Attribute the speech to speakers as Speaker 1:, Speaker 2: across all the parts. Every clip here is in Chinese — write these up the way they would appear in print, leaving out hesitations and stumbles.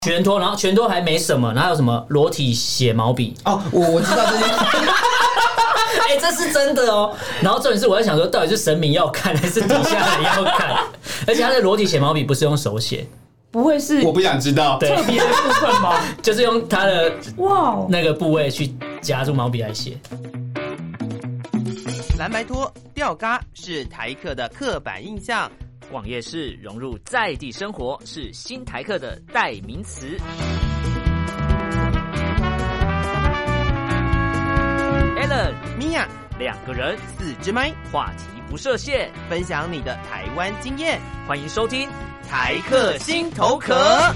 Speaker 1: 全脱，然后全脱还没什么，然后还有什么裸体写毛笔
Speaker 2: 哦，我知道这件
Speaker 1: 哎、这是真的哦。然后重点是我在想说，到底是神明要看还是底下人要看？而且他的裸体写毛笔不是用手写，
Speaker 3: 不会是
Speaker 2: 我不想知道
Speaker 3: 特别的部分吗？
Speaker 1: 就是用他的
Speaker 3: 哇，
Speaker 1: 那个部位去夹住毛笔来写。
Speaker 4: 蓝白拖、吊嘎是台客的刻板印象。
Speaker 5: 逛夜市融入在地生活是新台客的代名词。Alan、
Speaker 4: 米娅
Speaker 5: 两个人
Speaker 4: 4支麦，
Speaker 5: 话题不设限，
Speaker 4: 分享你的台湾经验，
Speaker 5: 欢迎收听
Speaker 4: 台客心头壳。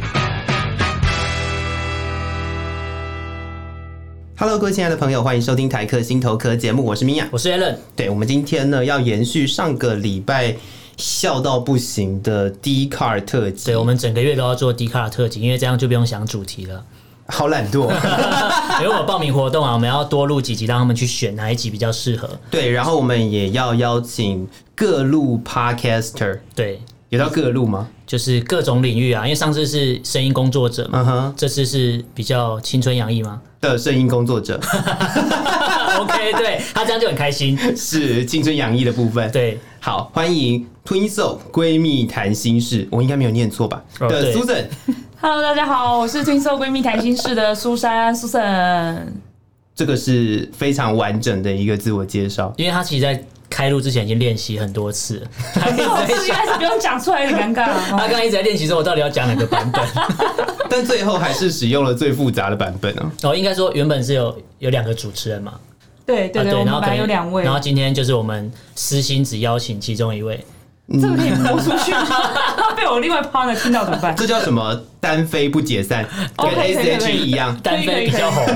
Speaker 2: Hello， 各位亲爱的朋友，欢迎收听台客心头壳节目，我是米娅，
Speaker 1: 我是 Alan。
Speaker 2: 对，我们今天呢要延续上个礼拜笑到不行的 Dcard 特辑。
Speaker 1: 对，我们整个月都要做 Dcard 特辑，因为这样就不用想主题了。
Speaker 2: 好懒惰，
Speaker 1: 因为我报名活动啊，我们要多录几集，让他们去选哪一集比较适合。
Speaker 2: 对，然后我们也要邀请各路 Podcaster。
Speaker 1: 对，
Speaker 2: 有到各路吗？
Speaker 1: 就是各种领域啊，因为上次是声音工作者嘛，这次是比较青春洋溢吗？
Speaker 2: 的声音工作者。
Speaker 1: OK， 对，他这样就很开心，
Speaker 2: 是青春洋溢的部分。
Speaker 1: 对，
Speaker 2: 好，欢迎 Twin Soul 闺蜜谈心事，我应该没有念错吧？的 Susan。Hello，
Speaker 3: 大家好，我是Twin Soul 闺蜜谈心事的苏Susan。
Speaker 2: 这个是非常完整的一个自我介绍，
Speaker 1: 因为他其实在开录之前已经练习很多次了，他一直
Speaker 3: 一开始不用讲出来，有点尴尬。
Speaker 1: 他刚刚一直在练习说，我到底要讲哪个版本？
Speaker 2: 但最后还是使用了最复杂的版本哦。
Speaker 1: 哦，应该说原本是有2个主持人嘛，
Speaker 3: 对，我们本来有2位，
Speaker 1: 然后今天就是我们私心只邀请其中一位。
Speaker 3: 这个可以播出去吗？被我另外 partner 听到怎么办？
Speaker 2: 这叫什么？单飞不解散，跟 SH 一样，
Speaker 1: 单飞比较红。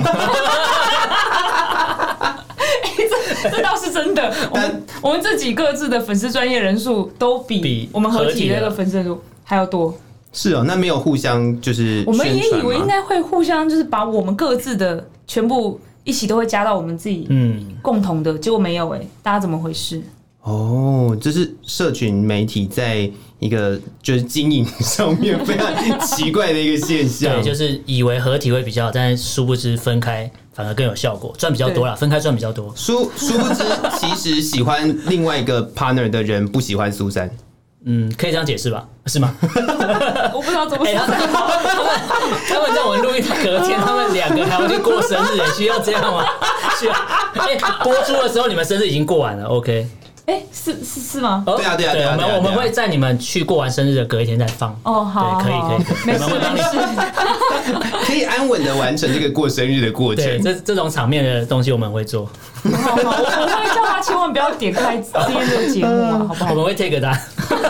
Speaker 3: 这倒是真的。我们自己各自的粉丝专业人数都比我们合体的那个粉丝人数还要多。
Speaker 2: 是哦，那没有互相就是
Speaker 3: 我们也以为应该会互相就是把我们各自的全部一起都会加到我们自己共同的，结果没有大家怎么回事？
Speaker 2: 哦，这是社群媒体在一个就是经营上面非常奇怪的一个现象。
Speaker 1: 对，就是以为合体会比较好，但是殊不知分开反而更有效果，赚比较多啦，分开赚比较多。
Speaker 2: 殊不知，其实喜欢另外一个 partner 的人不喜欢苏珊。
Speaker 1: 可以这样解释吧？是吗？
Speaker 3: 我不知道怎么说。
Speaker 1: 他们在我们录音隔天，他们2个还要去过生日，需要这样吗？需要。播出的时候你们生日已经过完了 ，OK。
Speaker 3: 是吗？
Speaker 2: 对啊，
Speaker 1: 我们会在你们去过完生日的隔一天再放。
Speaker 3: 哦，好，
Speaker 1: 对，可以，
Speaker 3: 没事，
Speaker 2: 可以安稳的完成这个过生日的过程。
Speaker 1: 对，这种场面的东西我们会做。
Speaker 3: 好，我会叫他千万不要点开今天这个节目啊，好不好？
Speaker 1: 我们会 take 他。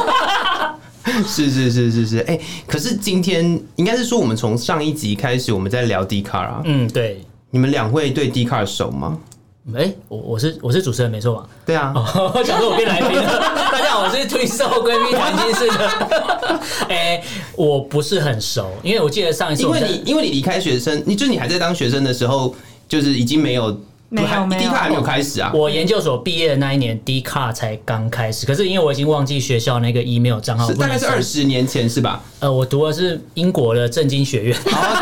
Speaker 2: 是，可是今天应该是说，我们从上一集开始我们在聊 Dcard 啊。
Speaker 1: 对。
Speaker 2: 你们2位对 Dcard 熟吗？
Speaker 1: 我是主持人没错吧？
Speaker 2: 对啊，
Speaker 1: 我想说我变来宾了。大家好，我是Twin Soul闺蜜谈心事的。我不是很熟，因为我记得上一次
Speaker 2: 因为你离开学生，你还在当学生的时候，就是已经没有Dcard 还没有开始啊。
Speaker 1: 我研究所毕业的那一年Dcard才刚开始，可是因为我已经忘记学校那个 email 账号，
Speaker 2: 大概是20年前是吧？
Speaker 1: 我读的是英国的政经学院。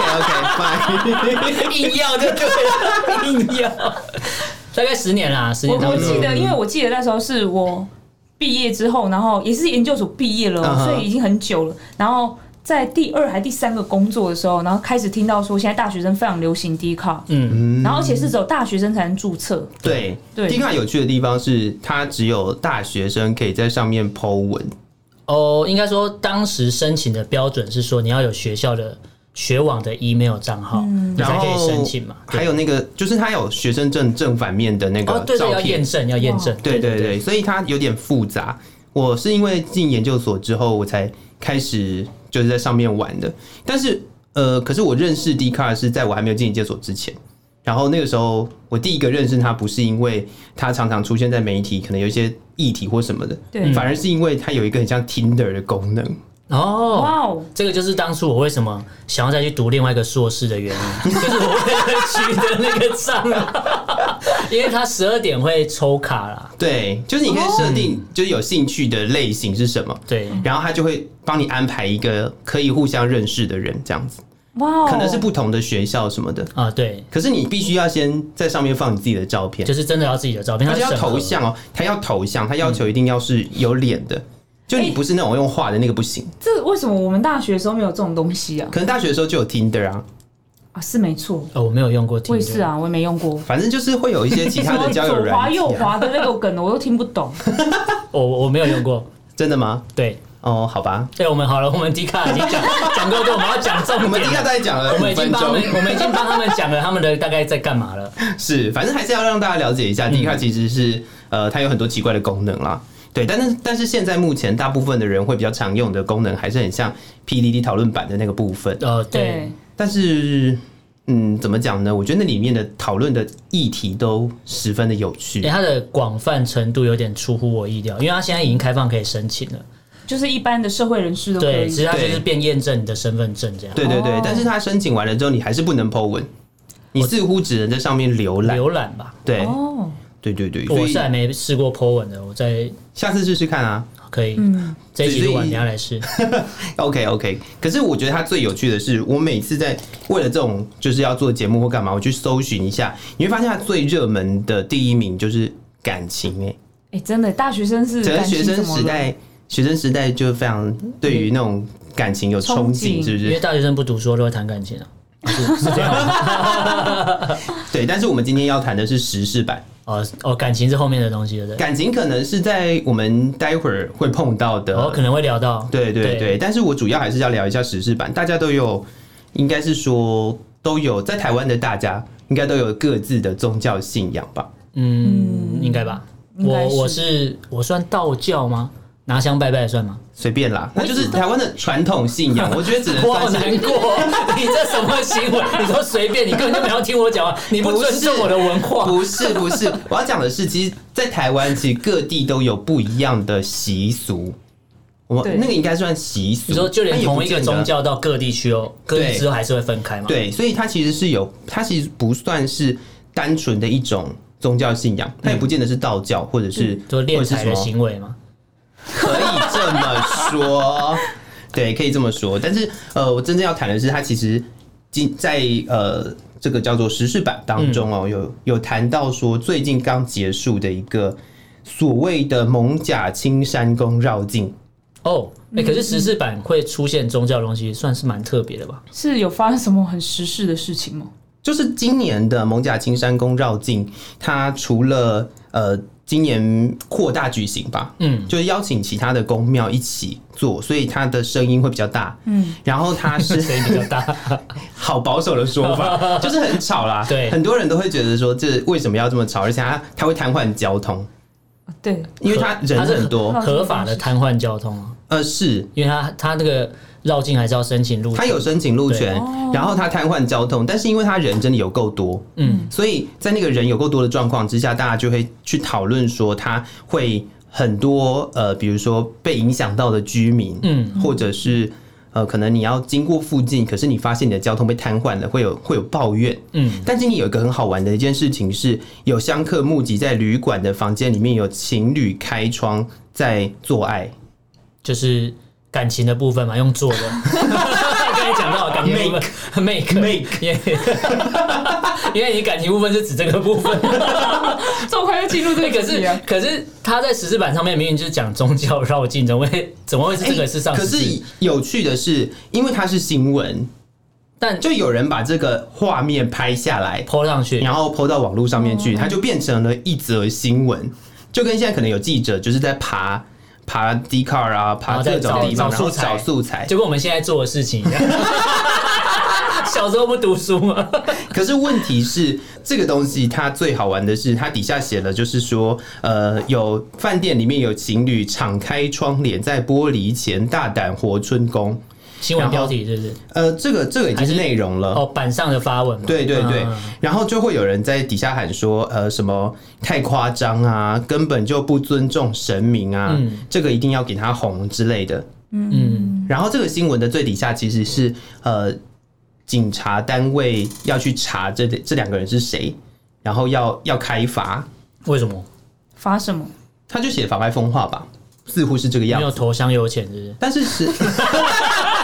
Speaker 2: OK，
Speaker 1: 硬要就对了，硬要。大概10年啦，10年。
Speaker 3: 我记得，因为我记得那时候是我毕业之后，然后也是研究所毕业了，所以已经很久了。然后在第2还第3个工作的时候，然后开始听到说现在大学生非常流行 Dcard，然后而且是只有大学生才能注册。
Speaker 2: 对，Dcard 有趣的地方是它只有大学生可以在上面 po 文。
Speaker 1: 应该说当时申请的标准是说你要有学校的学网的 email 账号，你才可以申请嘛。
Speaker 2: 还有那个就是它有学生证正反面的那个照片，
Speaker 1: 要验证。
Speaker 2: 对，所以它有点复杂。我是因为进研究所之后，我才开始就是在上面玩的。但是可是我认识 Dcard 是在我还没有进研究所之前。然后那个时候，我第一个认识他不是因为他常常出现在媒体，可能有一些议题或什么的，反而是因为他有一个很像 Tinder 的功能。
Speaker 1: 这个就是当初我为什么想要再去读另外一个硕士的原因，就是我为了取得那个账，因为他12点会抽卡啦。
Speaker 2: 对，就是你可以设定就是有兴趣的类型是什么，
Speaker 1: 对，
Speaker 2: 然后他就会帮你安排一个可以互相认识的人这样子。
Speaker 3: 哇哦，
Speaker 2: 可能是不同的学校什么的
Speaker 1: 啊，对，
Speaker 2: 可是你必须要先在上面放你自己的照片，
Speaker 1: 就是真的要自己的照片，
Speaker 2: 而且要
Speaker 1: 审核
Speaker 2: 头像哦，他要头像，他要求一定要是有脸的，就你不是那种用画的那个不行。
Speaker 3: 这为什么我们大学的时候没有这种东西啊？
Speaker 2: 可能大学的时候就有 Tinder 啊，
Speaker 3: 是没错，
Speaker 1: 我没有用过 Tinder，
Speaker 3: 我也是啊，我也没用过。
Speaker 2: 反正就是会有一些其他的交友
Speaker 3: 左滑
Speaker 2: 软体啊。
Speaker 3: 右滑的那个梗，我都听不懂。
Speaker 1: 我没有用过，
Speaker 2: 真的吗？
Speaker 1: 对。
Speaker 2: 哦，好吧。
Speaker 1: 对，我们好了，我们迪卡已经讲够多，我们要讲重点。
Speaker 2: 我们迪卡大概讲了
Speaker 1: 我们
Speaker 2: 5分钟，
Speaker 1: 我们已经帮他们讲了他们的大概在干嘛了。
Speaker 2: 是，反正还是要让大家了解一下，迪卡其实是它有很多奇怪的功能啦。对，但是现在目前大部分的人会比较常用的功能，还是很像 PDD 讨论版的那个部分。
Speaker 1: 对。
Speaker 2: 但是，怎么讲呢？我觉得那里面的讨论的议题都十分的有趣。
Speaker 1: 它的广泛程度有点出乎我意料，因为它现在已经开放可以申请了。
Speaker 3: 就是一般的社会人士都可以，
Speaker 1: 对，其实它就是变验证你的身份证这样。
Speaker 2: 对对对，但是他申请完了之后，你还是不能 po 文，你似乎只能在上面浏览吧？对，对对对，
Speaker 1: 我是还没试过 po 文的，我再
Speaker 2: 下次试试看啊。
Speaker 1: 可以，这一集录完等一下来试。
Speaker 2: OK， 可是我觉得它最有趣的是，我每次在为了这种就是要做节目或干嘛，我去搜寻一下，你会发现它最热门的第一名就是感情。
Speaker 3: 真的，大学生是
Speaker 2: 整个学生时代就非常对于那种感情有憧憬，是不是？
Speaker 1: 因为大学生不读书都会谈感情啊，是这样吗？
Speaker 2: 对，但是我们今天要谈的是时事版。
Speaker 1: 感情是后面的东西，对不对？
Speaker 2: 感情可能是在我们待会儿会碰到的，
Speaker 1: 可能会聊到。对对对，
Speaker 2: 但是我主要还是要聊一下时事版，大家都有，应该是说都有，在台湾的大家应该都有各自的宗教信仰吧？
Speaker 1: 应该吧。我算道教吗？拿香拜拜算吗？
Speaker 2: 随便啦，那就是台湾的传统信仰。我觉得只能算是。
Speaker 1: 我好难过，你这什么行为？你说随便，你根本就没有听我讲话，你不尊重我的文化。
Speaker 2: 不是，我要讲的是，其实，在台湾其实各地都有不一样的习俗。那个应该算习俗。
Speaker 1: 你说就连同一个宗教到各地去各地之后还是会分开吗？
Speaker 2: 对，所以它其实是有，它其实不算是单纯的一种宗教信仰，它也不见得是道教或者是
Speaker 1: 就敛财的行为吗？
Speaker 2: 可以这么说，对，可以这么说。但是我真正要谈的是，它其实在这个叫做时事版当中有谈到说，最近刚结束的一个所谓的艋舺青山宫绕境。
Speaker 1: 可是时事版会出现宗教的东西，算是蛮特别的吧？
Speaker 3: 是有发生什么很时事的事情吗？
Speaker 2: 就是今年的艋舺青山宫绕境，它除了今年扩大举行吧，就是邀请其他的宫庙一起做，所以它的声音会比较大，然后它是
Speaker 1: 声音比较大，
Speaker 2: 好保守的说法，就是很吵啦。对，很多人都会觉得说，这为什么要这么吵？而且它会瘫痪交通。
Speaker 3: 对，
Speaker 2: 因为它人很多，
Speaker 1: 合法的瘫痪交通啊。
Speaker 2: 是
Speaker 1: 因为它那个绕境还是要申请路权，
Speaker 2: 他有申请路权，然后他瘫痪交通，但是因为他人真的有够多，所以在那个人有够多的状况之下，大家就会去讨论说，他会很多比如说被影响到的居民，或者是可能你要经过附近，可是你发现你的交通被瘫痪了，会有抱怨，但是你有一个很好玩的一件事情是，有香客目击在旅馆的房间里面有情侣开窗在做爱，
Speaker 1: 就是感情的部分嘛，用做的。刚才讲到感情部分 make， 因为你感情部分是指这个部分，
Speaker 3: 这么快就进入这个主题啊？
Speaker 1: 可是他在时事版上面明明就是讲宗教绕境，怎么会是这个是上时事？
Speaker 2: 可是有趣的是，因为它是新闻，但就有人把这个画面拍下来
Speaker 1: po 上去，
Speaker 2: 然后 po 到网络上面去，它就变成了一则新闻，就跟现在可能有记者就是在爬 Dcard 啊，爬各种地方，然后找素材，
Speaker 1: 就跟我们现在做的事情一样。小时候不读书吗？
Speaker 2: 可是问题是，这个东西它最好玩的是，它底下写了，就是说，有饭店里面有情侣敞开窗帘在玻璃前大胆活春宫。
Speaker 1: 新闻标题是不是？
Speaker 2: 这个已经是内容了。
Speaker 1: 板上的发文嘛。
Speaker 2: 对对对，然后就会有人在底下喊说，什么太夸张啊，根本就不尊重神明啊，这个一定要给他红之类的。然后这个新闻的最底下其实是警察单位要去查这两个人是谁，然后要开罚。
Speaker 1: 为什么？
Speaker 3: 罚什么？
Speaker 2: 他就写妨碍风化吧。似乎是这个样子，
Speaker 1: 没有投香油钱，是不是？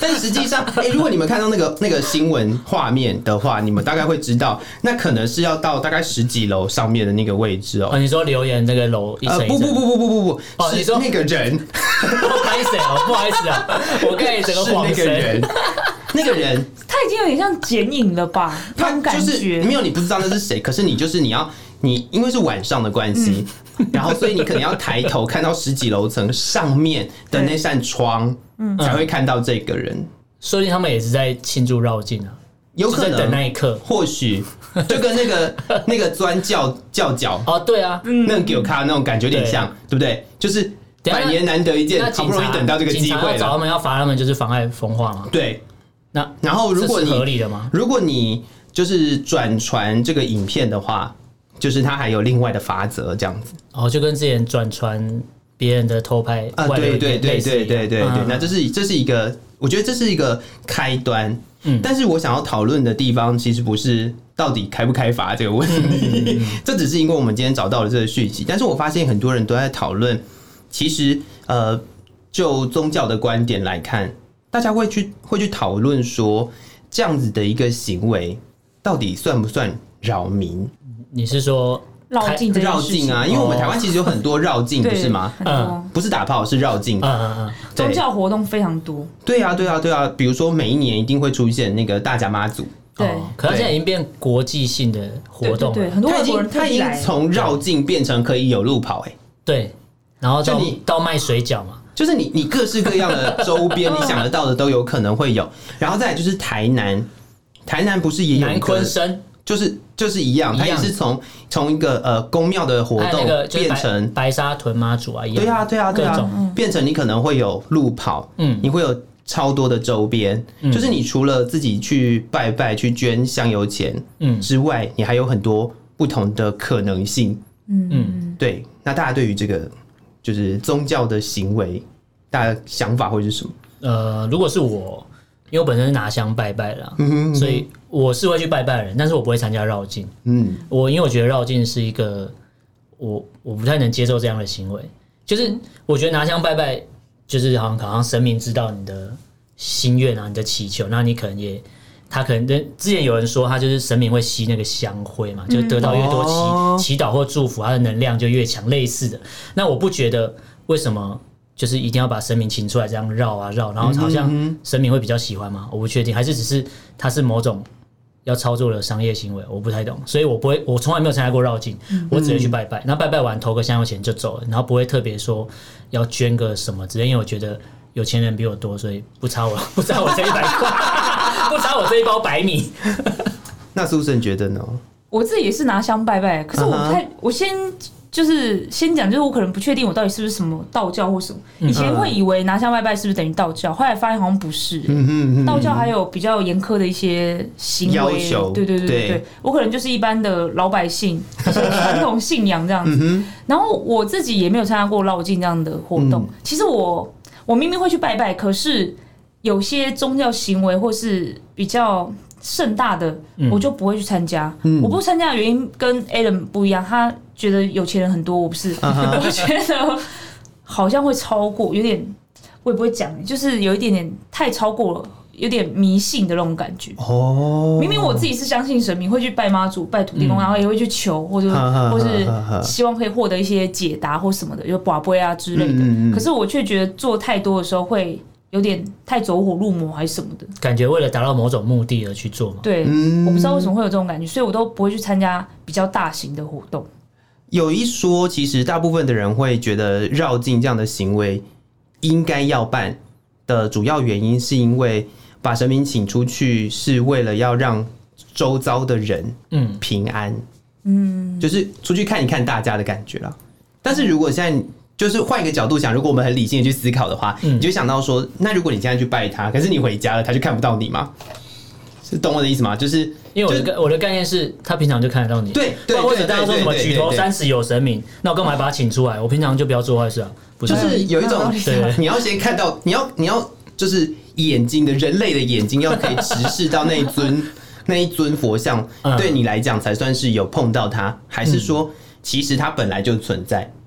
Speaker 2: 但是实际上，如果你们看到那个新闻画面的话，你们大概会知道，那可能是要到大概10几楼上面的那个位置哦。
Speaker 1: 你说留言那个楼一层一层
Speaker 2: 不，
Speaker 1: 你说
Speaker 2: 那个人，
Speaker 1: 不好意思啊，不好意思啊，我刚才整个晃神。
Speaker 2: 那个人，
Speaker 3: 他已经有点像剪影了吧？那种感觉
Speaker 2: 没有，你不知道那是谁，可是你因为是晚上的关系，然后所以你可能要抬头看到10几楼层上面的那扇窗，才会看到这个人。
Speaker 1: 说不定他们也是在庆祝绕境啊，
Speaker 2: 有可能
Speaker 1: 在等那一刻，
Speaker 2: 或许就跟那个钻叫脚
Speaker 1: 哦，对啊，
Speaker 2: 那个给我看那种感觉有点像，对不对？就是百年难得一见，好不容易等到这个机会了，
Speaker 1: 找他们要罚他们，就是妨碍风化嘛。
Speaker 2: 对，
Speaker 1: 那
Speaker 2: 然后如果你
Speaker 1: 这是合理的吗？
Speaker 2: 如果你就是转传这个影片的话，就是它还有另外的罚则，这样子。
Speaker 1: 哦，就跟之前转传别人的偷拍外流影片类似一样。
Speaker 2: 对，那这是一个，我觉得这是一个开端。但是我想要讨论的地方其实不是到底开不开罚这个问题，这只是因为我们今天找到了这个讯息。但是我发现很多人都在讨论，其实就宗教的观点来看，大家会去讨论说，这样子的一个行为到底算不算扰民？
Speaker 1: 你是说
Speaker 3: 绕境
Speaker 2: 啊？因为我们台湾其实有很多绕境，不是吗？不是打炮，是绕境。
Speaker 3: 宗教活动非常多。
Speaker 2: 对啊。比如说每一年一定会出现那个大甲妈祖。
Speaker 3: 对，
Speaker 1: 可它现在已经变国际性的活动了。
Speaker 3: 对，很多外国人
Speaker 2: 他已经从绕境变成可以有路跑。
Speaker 1: 对，然后到卖水饺嘛。
Speaker 2: 就是你各式各样的周边，你想得到的都有可能会有。然后再来就是台南不是也有
Speaker 1: 南鯤鯓，
Speaker 2: 就是一样，它也是从一个宫庙的活动变成
Speaker 1: 白沙屯妈祖啊，一样。
Speaker 2: 对啊，变成你可能会有路跑，你会有超多的周边，就是你除了自己去拜拜、去捐香油钱之外，你还有很多不同的可能性。对。那大家对于这个就是宗教的行为，大家想法会是什么？
Speaker 1: 如果是我，因为我本身是拿香拜拜啦，所以我是会去拜拜的人，但是我不会参加绕境。因为我觉得绕境是一个我不太能接受这样的行为，就是我觉得拿香拜拜，就是好像神明知道你的心愿啊，你的祈求，那你可能他可能之前有人说他就是神明会吸那个香灰嘛，就是得到越多祈祷或祝福，他的能量就越强，类似的。那我不觉得为什么就是一定要把神明请出来这样绕啊绕，然后好像神明会比较喜欢吗？我不确定，还是只是他是某种要操作的商业行为，我不太懂，所以我从来没有参加过绕境，我只会去拜拜，那拜拜完投个香油钱就走了，然后不会特别说要捐个什么之类，因为我觉得有钱人比我多，所以不差我这100块，不差我这一包白米。
Speaker 2: 那苏神觉得呢？
Speaker 3: 我自己也是拿香拜拜，可是我先讲，就是我可能不确定我到底是不是什么道教或什么。以前会以为拿香拜拜是不是等于道教，后来发现好像不是。道教还有比较严苛的一些行为
Speaker 2: 要求。
Speaker 3: 对，我可能就是一般的老百姓，传统信仰这样子。然后我自己也没有参加过绕境这样的活动。其实我明明会去拜拜，可是有些宗教行为或是比较盛大的，我就不会去参加。我不参加的原因跟 Alan 不一样，他觉得有钱人很多，我不是。我觉得好像会超过，有点我也不会讲，就是有一点点太超过了，有点迷信的那种感觉。明明我自己是相信神明，会去拜妈祖、拜土地公，然后也会去求，或是希望可以获得一些解答或什么的，就跋杯啊之类的。可是我却觉得做太多的时候会有点太走火入魔还是什么的
Speaker 1: 感觉，为了达到某种目的而去做嘛。
Speaker 3: 对，我不知道为什么会有这种感觉，所以我都不会去参加比较大型的活动。
Speaker 2: 有一说，其实大部分的人会觉得绕境这样的行为应该要办的主要原因，是因为把神明请出去是为了要让周遭的人平安，就是出去看一看大家的感觉啦。但是如果现在就是换一个角度想，如果我们很理性的去思考的话，你就想到说，那如果你现在去拜他，可是你回家了，他就看不到你吗？是懂我的意思吗？就是
Speaker 1: 因为我的概念是他平常就看得到你，
Speaker 2: 对，
Speaker 1: 或者大家说什么举头三尺有神明，那我干嘛把他请出来？我平常就不要做坏事啊，不是？
Speaker 2: 就是有一种，你要先看到，你要就是眼睛的人类的眼睛要可以直视到那一尊佛像，对你来讲才算是有碰到他，还是说其实他本来就存在？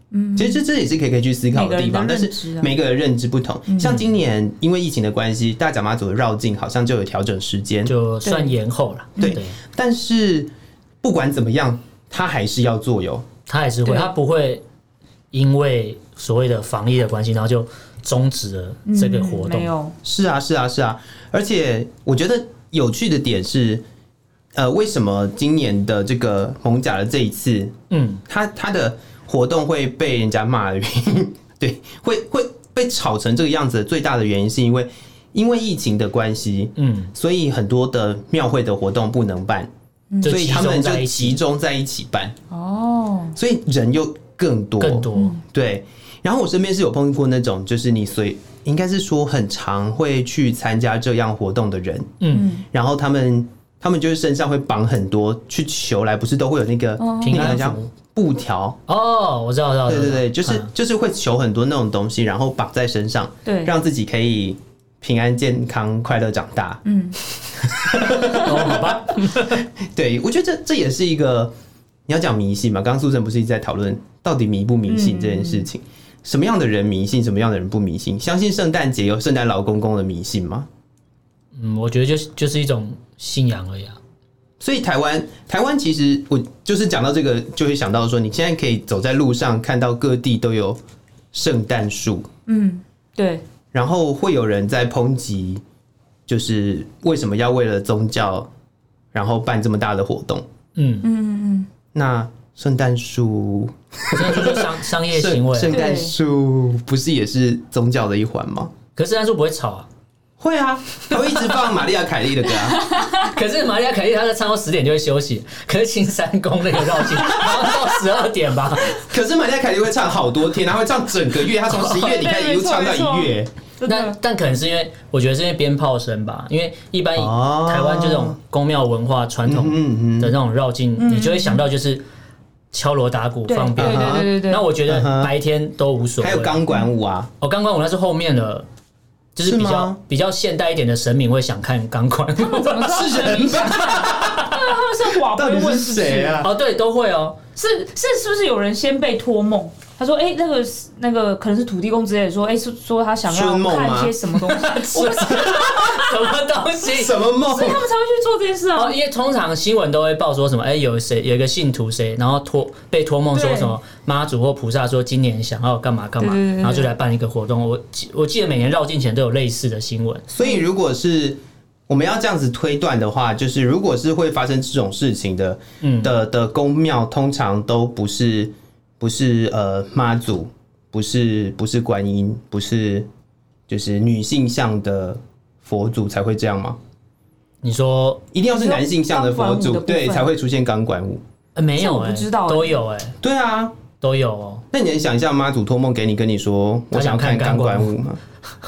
Speaker 2: 其实这也是可以去思考的地方，但是每个人认知不同。像今年因为疫情的关系，大甲妈祖的绕境好像就有调整时间，
Speaker 1: 就算延后了。
Speaker 2: 对，但是不管怎么样，他还是要做哟。
Speaker 1: 他还是会，他不会因为所谓的防疫的关系，然后就终止了这个活动。
Speaker 3: 没有，
Speaker 2: 是啊，而且我觉得有趣的点是，为什么今年的这个蒙甲的这一次，他的活动会被人家骂的原因，对，会被炒成这个样子的最大的原因，是因为疫情的关系，所以很多的庙会的活动不能办。所以他们就集中在一起办哦，所以人又更多，对。然后我身边是有碰过那种，就是应该是说很常会去参加这样活动的人，然后他们就是身上会绑很多，去求来不是都会有那个
Speaker 1: 平安符
Speaker 2: 布条
Speaker 1: 哦，我知道，
Speaker 2: 对，就是会求很多那种东西，然后绑在身上，对，让自己可以平安、健康、快乐长大。
Speaker 1: 好吧。
Speaker 2: 对，我觉得这也是一个你要讲迷信嘛。刚刚苏晨不是一直在讨论到底迷不迷信这件事情？什么样的人迷信，什么样的人不迷信？相信圣诞节有圣诞老公公的迷信吗？
Speaker 1: 我觉得就是一种信仰而已啊。
Speaker 2: 所以台湾其实我就是讲到这个，就会想到说，你现在可以走在路上看到各地都有圣诞树，
Speaker 3: 对。
Speaker 2: 然后会有人在抨击，就是为什么要为了宗教，然后办这么大的活动？那圣诞树，
Speaker 1: 就是商业行为。
Speaker 2: 圣诞树不是也是宗教的一环吗？
Speaker 1: 可是圣诞树不会吵啊。
Speaker 2: 会啊，他会一直放玛丽亚凯莉的歌啊。
Speaker 1: 可是玛丽亚凯莉她在唱到10点就会休息，可是青山宫那个绕境，然后到12点吧。
Speaker 2: 可是玛丽亚凯莉会唱好多天，她会唱整个月，她从11月底开始一路唱到1月。
Speaker 1: 但可能是因为我觉得是因为鞭炮声吧，因为一般台湾这种宫庙文化传统的那种绕境，你就会想到就是敲锣打鼓放鞭炮。对。那我觉得白天都无所谓。
Speaker 2: 还有钢管舞啊，
Speaker 1: 钢管舞那是后面的。就是比较现代一点的神明会想看钢管，
Speaker 3: 怎么是人吧？他们是寡不问
Speaker 2: 谁啊？
Speaker 1: 哦，对，都会哦。
Speaker 3: 是不是有人先被托梦？他说：“那个可能是土地公之类的说，说他想要看一些什么东西，
Speaker 1: 什么东西，
Speaker 2: 什么梦，
Speaker 3: 所以他们才会去做这件事啊。
Speaker 1: 因为通常新闻都会报说什么，有一个信徒谁，然后被托梦说什么妈祖或菩萨说今年想要干嘛干嘛，然后就来办一个活动。我记得每年绕境前都有类似的新闻。
Speaker 2: 所以如果是我们要这样子推断的话，就是如果是会发生这种事情的宫庙，通常都不是妈祖，不是观音，不是就是女性向的佛祖才会这样吗？
Speaker 1: 你说
Speaker 2: 一定要是男性向的佛祖，对，才会出现钢管舞？
Speaker 1: 没有，
Speaker 3: 我不知道，
Speaker 1: 都有
Speaker 2: 对啊，
Speaker 1: 都有哦。
Speaker 2: 那你能想一下妈祖托梦给你，跟你说我想看钢管舞吗？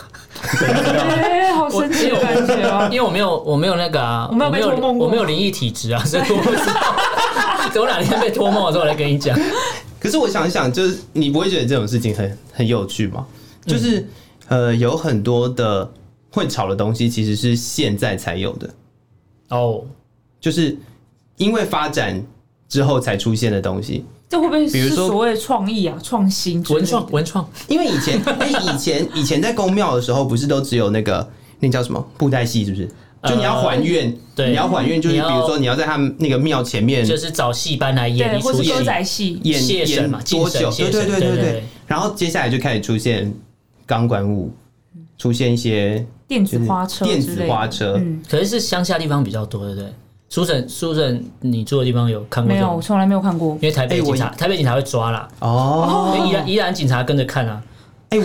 Speaker 3: 好神奇的感觉啊！
Speaker 1: 因为我没有那个啊，我没有灵异体质啊，所以我不知道。等我哪天被托梦的时候，我来跟你讲。
Speaker 2: 可是我想一想，就是你不会觉得这种事情很有趣吗？就是有很多的会吵的东西，其实是现在才有的哦，就是因为发展之后才出现的东东西。
Speaker 3: 这会不会是所谓的创意啊、创新、
Speaker 1: 文创？
Speaker 2: 因为以前在宫庙的时候，不是都只有那叫什么布袋戏，是不是？就你要还愿，你要还愿，就是比如说你要在他们那个庙前面，
Speaker 1: 就是找戏班来演一出戏，
Speaker 3: 歌仔戏，
Speaker 1: 演
Speaker 2: 多久？对。然后接下来就开始出现钢管舞，出现一些
Speaker 3: 电子花车，
Speaker 1: 可是乡下地方比较多，对不对？苏沈，你住的地方有看过？
Speaker 3: 没有，我从来没有看过。
Speaker 1: 因为台北警察会抓啦。哦，因为宜兰警察跟着看啊。
Speaker 2: 我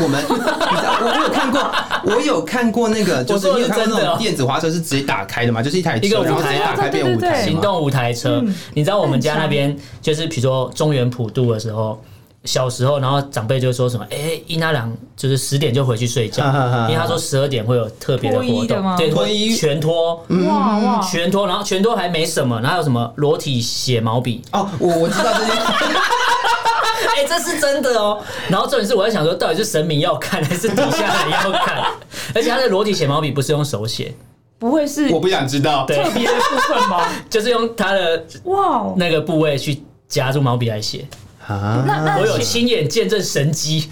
Speaker 2: 有看过那个，就是你有看过那种电子花车是直接打开的嘛？就是一台车，然后直接打开变舞台，
Speaker 1: 行动舞台车。你知道我们家那边就是比如说中原普渡的时候。小时候，然后长辈就说什么，伊那郎就是10点就回去睡觉，因为他说12点会有特别的活动，对，
Speaker 2: 脱衣
Speaker 1: 全脱，哇，全脱，然后全脱还没什么，然后还有什么裸体写毛笔
Speaker 2: 哦，我知道这些，
Speaker 1: 这是真的哦。然后重点是我在想说，到底是神明要看还是底下人要看？而且他的裸体写毛笔不是用手写，
Speaker 3: 不会是
Speaker 2: 我不想知道
Speaker 3: 特别的部分吗？
Speaker 1: 就是用他的那个部位去夹住毛笔来写。
Speaker 2: 啊，
Speaker 3: 那
Speaker 1: 我有亲眼见证神迹。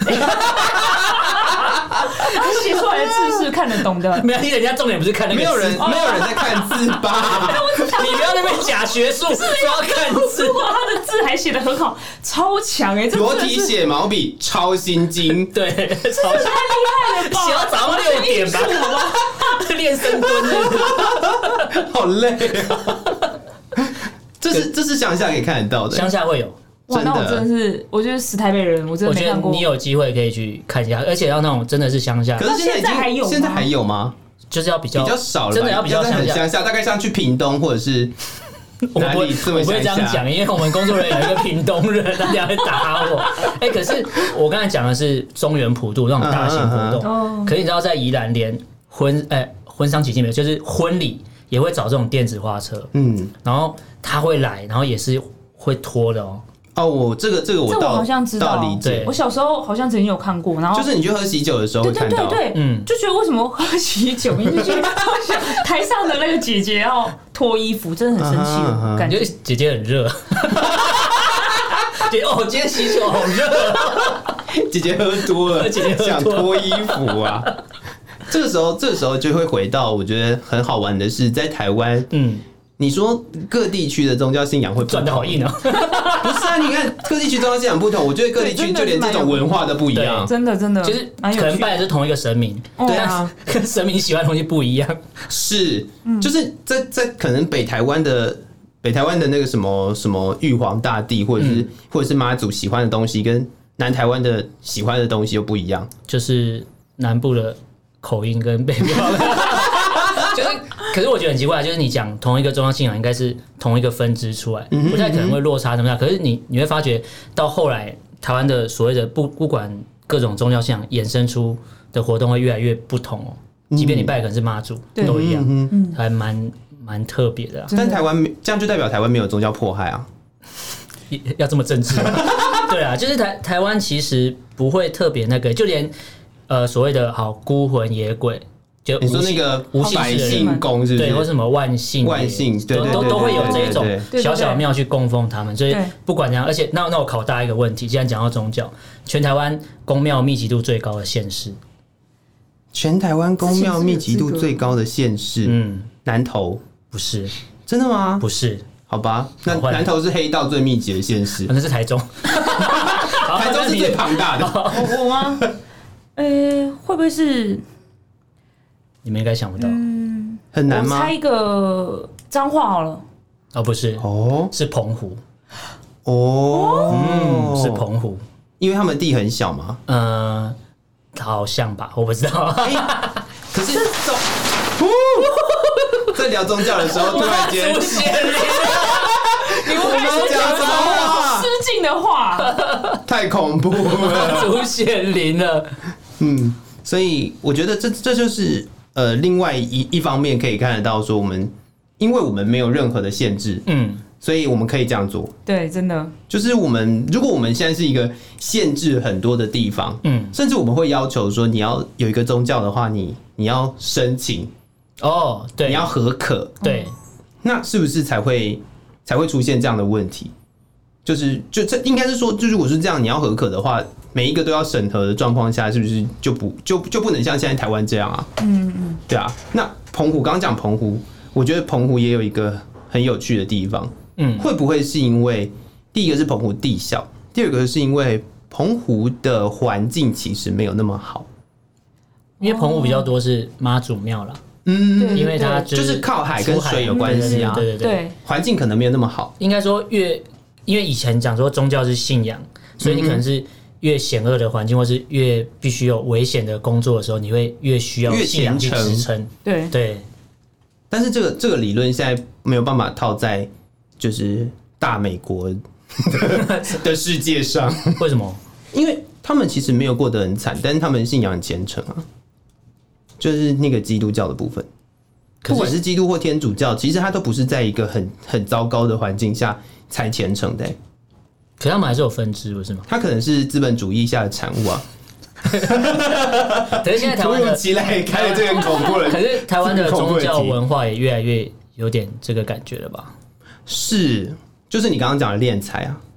Speaker 3: 他写出来的字是看得懂的。
Speaker 1: 没有，人家重点不是看那个字，
Speaker 2: 没有人在看字吧？
Speaker 1: 你不要那边假学术，说要看字。
Speaker 3: 如果他的字还写得很好，超强哎！
Speaker 2: 裸体写毛笔超心经，
Speaker 1: 对，超
Speaker 3: 太厉害了吧！
Speaker 1: 写到早上6点吧，练深蹲，
Speaker 2: 好累啊！这是乡下可以看得到的，
Speaker 1: 乡下会有。
Speaker 3: 哇，那我真的是，我觉得死台北人，我真的没看过。
Speaker 1: 我觉得你有机会可以去看一下，而且要那种真的是乡下。
Speaker 2: 可是现在还有吗？
Speaker 1: 就是要比较
Speaker 2: 少了，
Speaker 1: 真的要比较
Speaker 2: 乡下，大概像去屏东或者是哪里这么乡下。
Speaker 1: 我不会这样讲，因为我们工作人员有一个屏东人，大家会打我。可是我刚才讲的是中原普渡那种大型活动，可是你知道在宜兰连婚丧喜庆没有，就是婚礼也会找这种电子花车，然后他会来，然后也是会拖的哦。
Speaker 2: 哦，这个我
Speaker 3: 好像知道，
Speaker 2: 理解。
Speaker 3: 我小时候好像曾经有看过，然后
Speaker 2: 就是你去喝喜酒的时候会看到，
Speaker 3: 对，就觉得为什么喝喜酒，你就觉得台上的那个姐姐要脱衣服，真的很生气的感觉。
Speaker 1: 姐姐很热，今天喜酒好热，
Speaker 2: 姐姐喝多了，想脱衣服啊。这个时候就会回到，我觉得很好玩的是，在台湾，你说各地区的宗教信仰会
Speaker 1: 转得好硬啊！
Speaker 2: 不是啊，你看各地区宗教信仰不同，我觉得各地区就连这种文化都不一样，
Speaker 3: 真的，
Speaker 1: 就是可能拜的是同一个神明，对啊，跟神明喜欢的东西不一样。
Speaker 2: 是，就是在可能北台湾的那个什么玉皇大帝，或者是妈祖喜欢的东西，跟南台湾的喜欢的东西又不一样，
Speaker 1: 就是南部的口音跟北部。就是，可是我觉得很奇怪，就是你讲同一个宗教信仰，应该是同一个分支出来，不太可能会落差那么大。可是你会发觉到后来，台湾的所谓的不管各种宗教信仰衍生出的活动会越来越不同哦。即便你拜的可能是妈祖，都一样，还蛮特别的。
Speaker 2: 但台湾这样就代表台湾没有宗教迫害啊？
Speaker 1: 要这么政治吗？对啊，就是台湾其实不会特别那个，就连所谓的孤魂野鬼。就
Speaker 2: 你说那个百姓公是不是？
Speaker 1: 对，或什么万姓，
Speaker 2: 对，
Speaker 1: 都会有这一种小小的庙去供奉他们。所以不管怎样，而且那我考大家一个问题，既然讲到宗教，全台湾公庙密集度最高的县市，
Speaker 2: 全台湾公庙密集度最高的县市，南投
Speaker 1: 不是？
Speaker 2: 真的吗？
Speaker 1: 不是，
Speaker 2: 好吧，那南投是黑道最密集的县市，
Speaker 1: 那是台中，
Speaker 2: 台中是最庞大的。
Speaker 3: 我吗？会不会是？
Speaker 1: 你们应该想不到，
Speaker 2: 很难吗？
Speaker 3: 我猜一个彰化好了。
Speaker 1: 不是，是澎湖。是澎湖，
Speaker 2: 因为他们地很小嘛。
Speaker 1: 好像吧，我不知道。
Speaker 2: 可是在聊宗教的时候，突然间
Speaker 1: 出现了，
Speaker 3: 你们开始讲什么失敬的话，
Speaker 2: 太恐怖了，
Speaker 1: 出现灵了。
Speaker 2: 所以我觉得这就是另外一方面可以看得到，说因为我们没有任何的限制，所以我们可以这样做。
Speaker 3: 对，真的
Speaker 2: 就是如果我们现在是一个限制很多的地方，甚至我们会要求说，你要有一个宗教的话，你要申请对，你要核可，
Speaker 1: 对，
Speaker 2: 那是不是才会出现这样的问题？就这应该是说，就如果是这样，你要核可的话，每一个都要审核的状况下，是不是就不能像现在台湾这样啊？对啊。那澎湖刚刚讲澎湖，我觉得澎湖也有一个很有趣的地方，会不会是因为第一个是澎湖地小，第二个是因为澎湖的环境其实没有那么好，
Speaker 1: 因为澎湖比较多是妈祖庙啦。因为它
Speaker 2: 就是靠海跟水有关系啊，
Speaker 3: 对，
Speaker 2: 环境可能没有那么好。
Speaker 1: 应该说因为以前讲说宗教是信仰，所以你可能是越险恶的环境，或是越必须有危险的工作的时候，你会越需要信仰去支撑。对。
Speaker 2: 但是这个理论现在没有办法套在就是大美国的世界上。
Speaker 1: 为什么？
Speaker 2: 因为他们其实没有过得很惨，但是他们信仰很虔诚啊。就是那个基督教的部分，不管是基督或天主教，其实它都不是在一个很糟糕的环境下才虔诚的。
Speaker 1: 可他们还是有分支，不是吗？
Speaker 2: 它可能是资本主义下的产物啊。
Speaker 1: 可是现在台湾
Speaker 2: 突如其来开了这个很恐怖的，
Speaker 1: 可是台湾的宗教文化也越来越有点这个感觉了吧？
Speaker 2: 是，就是你刚刚讲的敛财啊。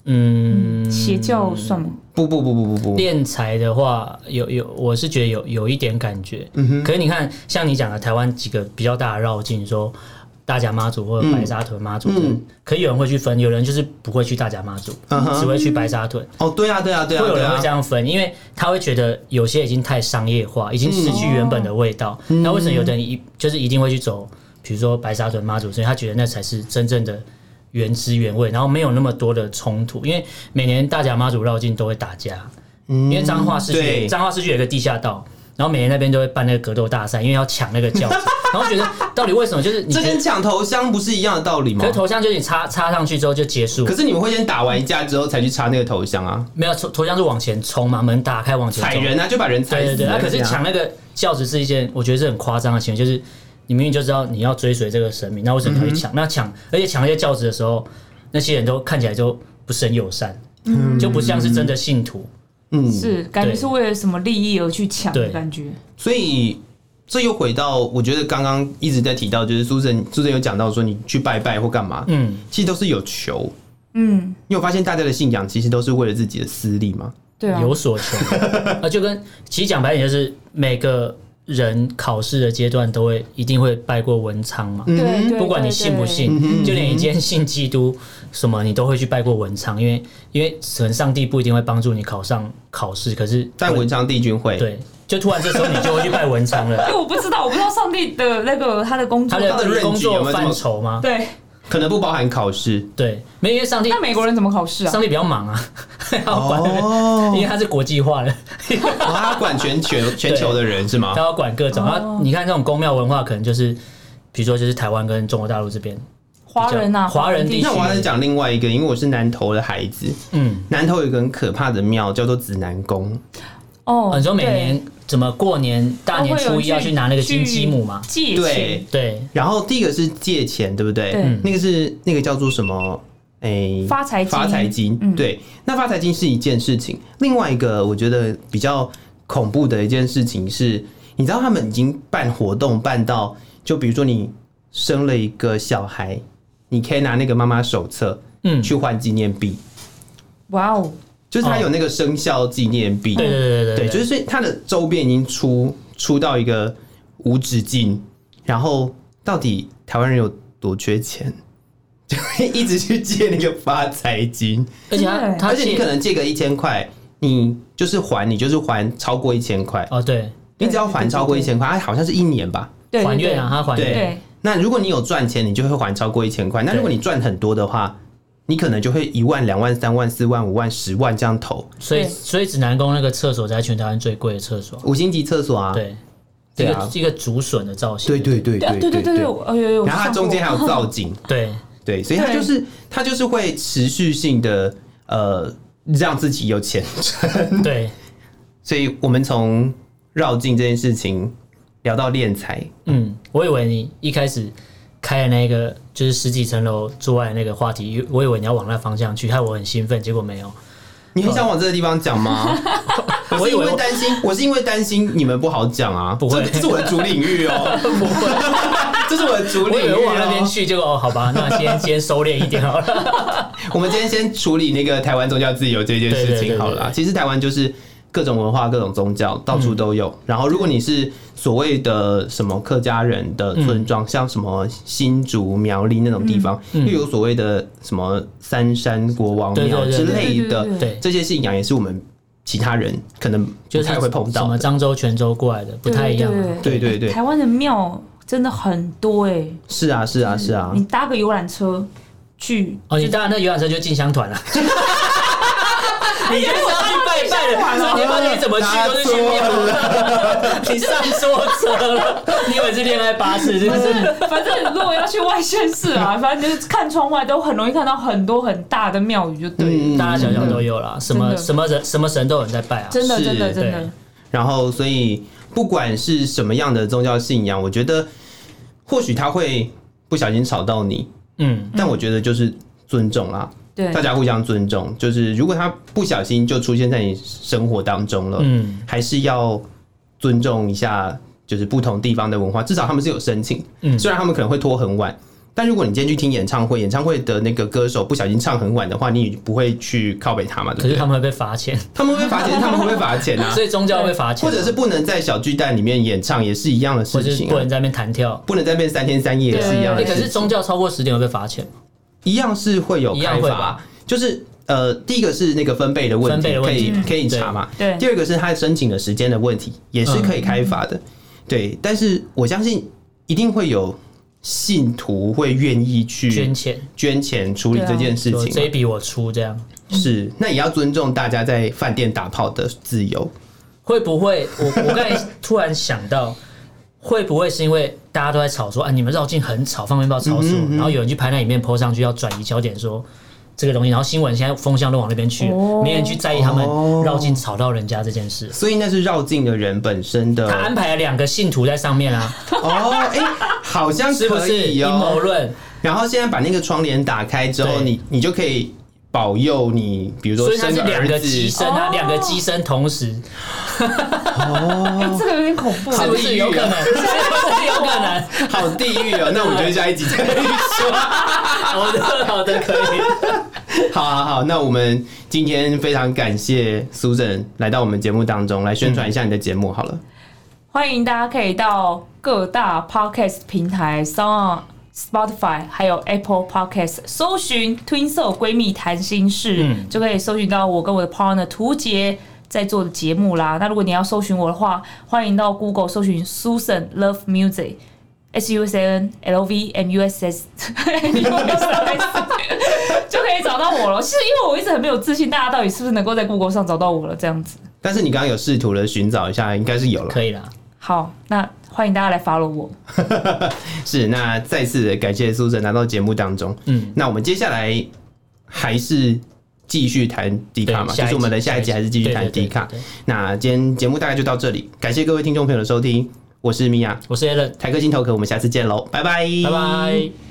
Speaker 3: 邪教算吗？
Speaker 2: 不，
Speaker 1: 敛财的话，我是觉得有一点感觉。可是你看，像你讲的台湾几个比较大的绕境，说大甲妈祖或者白沙屯妈祖，可以有人会去分，有人就是不会去大甲妈祖，只会去白沙屯。
Speaker 2: 哦，对啊，
Speaker 1: 会有人会这样分，因为他会觉得有些已经太商业化，已经失去原本的味道。那为什么有的人就是一定会去走，比如说白沙屯妈祖，所以他觉得那才是真正的原汁原味，然后没有那么多的冲突。因为每年大甲妈祖绕境都会打架，因为彰化市区有一个地下道。然后每年那边都会办那个格斗大赛，因为要抢那个轿子，然后觉得到底为什么就是
Speaker 2: 这跟抢头香不是一样的道理吗？
Speaker 1: 可是头香就是你插上去之后就结束。
Speaker 2: 可是你们会先打完一架之后才去插那个头香啊？
Speaker 1: 没有，头香是往前冲嘛，门打开往前冲。
Speaker 2: 踩人啊，就把人踩死。
Speaker 1: 对，可是抢那个轿子是一件我觉得是很夸张的行为，就是你明明就知道你要追随这个神明，那为什么你要去抢？那而且抢那些轿子的时候，那些人都看起来就不是很友善，就不像是真的信徒。
Speaker 3: 是感觉是为了什么利益而去抢的感觉。
Speaker 2: 所以这又回到我觉得刚刚一直在提到，就是苏神有讲到说你去拜拜或干嘛，其实都是有求。因为我发现大家的信仰其实都是为了自己的私利嘛，
Speaker 3: 对啊，
Speaker 1: 有所求。就跟其实讲白点，就是每个人考试的阶段都一定会拜过文昌嘛，不管你信不信，就连你今天信基督什么，你都会去拜过文昌，因为可能上帝不一定会帮助你考上考试，可是
Speaker 2: 但文昌帝君会，
Speaker 1: 对，就突然这时候你就会去拜文昌了。
Speaker 3: 因为我不知道上帝的那个他的工作，
Speaker 1: 他的工作范畴吗？
Speaker 3: 对。
Speaker 2: 可能不包含考试，
Speaker 1: 对，没因为上帝。
Speaker 3: 那美国人怎么考试啊？
Speaker 1: 上帝比较忙啊，要管，因为他是国际化的，
Speaker 2: 他管全球的人是吗？
Speaker 1: 他要管各种。然后你看这种宫庙文化，可能就是比如说就是台湾跟中国大陆这边
Speaker 3: 华人啊，
Speaker 1: 华人地区。
Speaker 2: 那我还是讲另外一个，因为我是南投的孩子，南投有一个很可怕的庙叫做指南宫。
Speaker 1: 你说每年怎么过年大年初一要去拿那个金鸡母嘛？
Speaker 3: 借钱，
Speaker 2: 对。然后第一个是借钱，对不对？那个叫做什么？
Speaker 3: 发财金。
Speaker 2: 对。那发财金是一件事情，另外一个我觉得比较恐怖的一件事情是，你知道他们已经办活动办到，就比如说你生了一个小孩，你可以拿那个妈妈手册，去换纪念币。
Speaker 3: 哇哦！
Speaker 2: 就是它有那个生肖纪念币，
Speaker 1: 对，
Speaker 2: 就是所以它的周边已经出到一个无止境，然后到底台湾人有多缺钱，就会一直去借那个发财金，
Speaker 1: 而且
Speaker 2: 你可能借个1000块，你就是还超过1000块
Speaker 1: 哦，对，
Speaker 2: 你只要还超过1000块，它好像是1年吧，
Speaker 1: 还愿啊，它还愿。
Speaker 2: 对，那如果你有赚钱，你就会还超过1000块，那如果你赚很多的话。你可能就会1万、2万、3万、4万、5万、10万这样投，
Speaker 1: 所以指南宫那个厕所在全台湾最贵的厕所
Speaker 2: ，5星级厕所啊，
Speaker 1: 对，一个竹笋的造型，
Speaker 3: 对，
Speaker 2: 然后它中间还有造景，对，所以它就是会持续性的让自己有钱挣，
Speaker 1: 对，
Speaker 2: 所以我们从绕境这件事情聊到敛财，
Speaker 1: 我以为你一开始开的那个就是10几层楼之外的那个话题，我以为你要往那方向去，害我很兴奋，结果没有。
Speaker 2: 你很想往这个地方讲吗？我是因为担心你们不好讲啊，
Speaker 1: 不会，
Speaker 2: 这是我的主领域哦，不会，这是我的主领域。我以
Speaker 1: 为往那边去，结果好吧，那先收敛一点好了。
Speaker 2: 我们今天先处理那个台湾宗教自由这件事情好了啦。其实台湾就是各种文化、各种宗教到处都有。然后，如果你是所谓的什么客家人的村庄，像什么新竹、苗栗那种地方，又有所谓的什么三山国王庙之类的，这些信仰也是我们其他人可能不太会碰到的。
Speaker 1: 什么漳州、泉州过来的不太一样。
Speaker 2: 对，
Speaker 3: 台湾的庙真的很多哎。
Speaker 2: 是啊。
Speaker 3: 你搭个游览车去，
Speaker 1: 你搭那游览车就进香团了。你就是要去拜拜的，你发现你怎么去都是去庙了，你上错车了，你以为是恋爱巴士是不是？
Speaker 3: 反正如果要去外县市啊，反正就是看窗外都很容易看到很多很大的庙宇，就对，
Speaker 1: 大大小小都有啦，什么神都有人在拜啊，
Speaker 3: 真的。
Speaker 2: 然后，所以不管是什么样的宗教信仰，我觉得或许他会不小心吵到你，但我觉得就是尊重啦。
Speaker 3: 对，
Speaker 2: 大家互相尊重，就是如果他不小心就出现在你生活当中了，还是要尊重一下，就是不同地方的文化，至少他们是有申请，虽然他们可能会拖很晚， 但如果你今天去听演唱会，演唱会的那个歌手不小心唱很晚的话，你不会去靠北他嘛？对不对？
Speaker 1: 可是他们会被罚钱，
Speaker 2: 他们会被罚钱，他们会被罚钱啊！
Speaker 1: 所以宗教会被罚钱，
Speaker 2: 或者是不能在小巨蛋里面演唱，也是一样的事情、啊。
Speaker 1: 不能在那边弹跳，
Speaker 2: 不能在那边3天3夜也是一样的事情。
Speaker 1: 可是宗教超过10点会被罚钱，
Speaker 2: 一样是会有开罚，就是第一个是那个分贝的问题，可以查嘛。
Speaker 3: 对。
Speaker 2: 第二个是他申请的时间的问题，也是可以开罚的。对，但是我相信一定会有信徒会愿意去捐钱处理这件事情，
Speaker 1: 这一笔我出这样。
Speaker 2: 是，那也要尊重大家在饭店打炮的自由。
Speaker 1: 会不会？我刚才突然想到，会不会是因为大家都在吵说啊，你们绕境很吵，放鞭炮吵死我，然后有人去拍那影片 po 上去，要转移焦点说这个东西，然后新闻现在风向都往那边去，没人去在意他们绕境吵到人家这件事，
Speaker 2: 所以那是绕境的人本身的。
Speaker 1: 他安排了2个信徒在上面啊。
Speaker 2: 好像可以、哦、
Speaker 1: 是不是阴谋论？
Speaker 2: 然后现在把那个窗帘打开之后，你就可以保佑你，比如说生个儿子，所以它是2个机身啊，2个机身同时。
Speaker 3: 这个有点恐怖，
Speaker 1: 是不是有可能？是不是有可能？
Speaker 2: 好地狱哦！那我们就下一集再说。
Speaker 1: 好的，可以。
Speaker 2: 好，那我们今天非常感谢 Susan 来到我们节目当中，来宣传一下你的节目好了。
Speaker 3: 欢迎大家可以到各大 Podcast 平台 Spotify 还有 Apple Podcast 搜寻 Twin Soul 闺蜜谈心事，就可以搜寻到我跟我的 partner 涂杰在做的节目啦。那如果你要搜寻我的话，欢迎到 Google 搜寻 Susan Love Music SUSAN LVMUSS 就可以找到我了。其实因为我一直很没有自信，大家到底是不是能够在 Google 上找到我了这样子。
Speaker 2: 但是你刚刚有试图的寻找一下，应该是有了，
Speaker 1: 可以啦。
Speaker 3: 好，那欢迎大家来 follow 我。
Speaker 2: 是，那再次的感谢 Susan 来到节目当中。那我们接下来还是继续谈迪卡嘛，就是我们的下一集还是继续谈迪卡。那今天节目大概就到这里，感谢各位听众朋友的收听，我是米娅，
Speaker 1: 我是 Alan，
Speaker 2: 台客心头壳，我们下次见喽，拜拜，
Speaker 1: 拜拜。